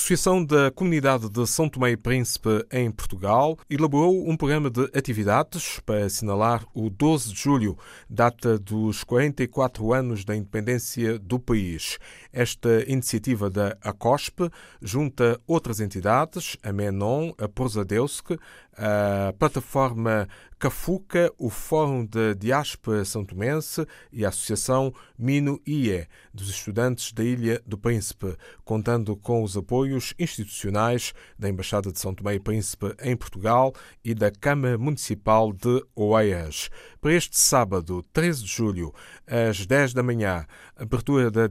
Associação da Comunidade de São Tomé e Príncipe em Portugal elaborou um programa de atividades para assinalar o 12 de julho, data dos 44 anos da independência do país. Esta iniciativa da ACOSP junta outras entidades, a Menon, a Prosadeusk, a plataforma Cafuca, o Fórum da Diáspora São Tomense e a Associação Mino-IE, dos estudantes da Ilha do Príncipe, contando com os apoios institucionais da Embaixada de São Tomé e Príncipe em Portugal e da Câmara Municipal de Oeiras. Para este sábado, 13 de julho, às 10 da manhã, abertura da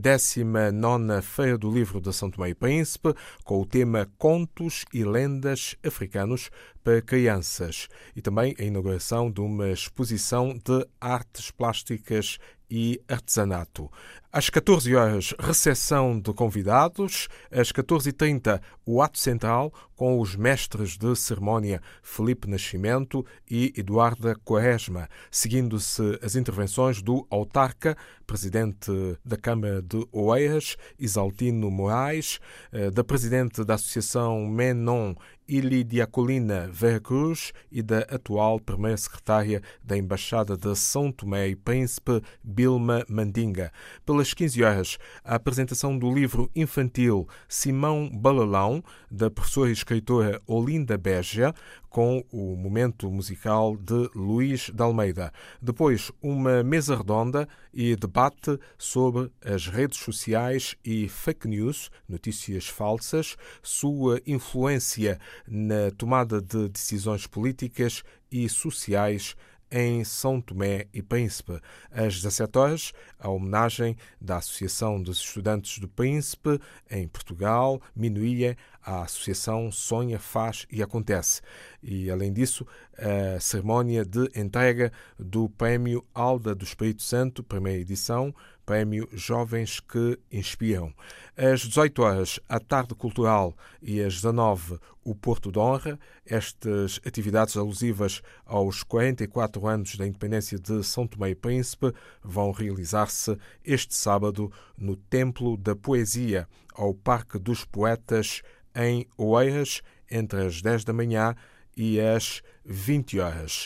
19ª Feira do Livro de São Tomé e Príncipe, com o tema Contos e Lendas Africanos para Crianças, e também a inauguração de uma exposição de artes plásticas e artesanato. Às 14 horas, recepção de convidados. Às 14h30, o ato central com os mestres de cerimónia Felipe Nascimento e Eduarda Quaresma, seguindo-se as intervenções do autarca, presidente da Câmara de Oeiras, Isaltino Moraes, da presidente da Associação Menon, Ilidiacolina Veracruz, e da atual primeira secretária da Embaixada de São Tomé e Príncipe, Bilma Mandinga. Pelas 15 horas, a apresentação do livro infantil Simão Balalão, da professora e escritora Olinda Beja, com o momento musical de Luís de Almeida. Depois, uma mesa redonda e debate sobre as redes sociais e fake news, notícias falsas, sua influência na tomada de decisões políticas e sociais em São Tomé e Príncipe. Às 17 horas, a homenagem da Associação dos Estudantes do Príncipe em Portugal, Mino-IE, à Associação Sonha, Faz e Acontece. E, além disso, a cerimónia de entrega do Prémio Alda do Espírito Santo, primeira edição, Prémio Jovens que Inspiram. Às 18 horas, a Tarde Cultural, e às 19 o Porto de Honra. Estas atividades alusivas aos 44 anos da independência de São Tomé e Príncipe vão realizar-se este sábado no Templo da Poesia, ao Parque dos Poetas, em Oeiras, entre as 10 da manhã e as 20 horas.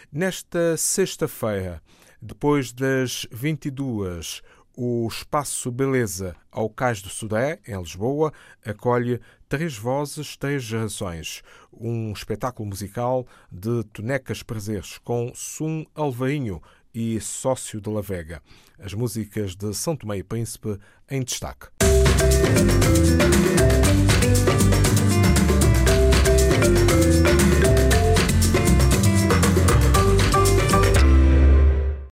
Nesta sexta-feira, depois das 22, o Espaço Beleza, ao Cais do Sodré, em Lisboa, acolhe Três Vozes, Três Gerações, um espetáculo musical de tonecas prazeres com Sum Alvarinho e Sócio de La Vega. As músicas de São Tomé e Príncipe em destaque.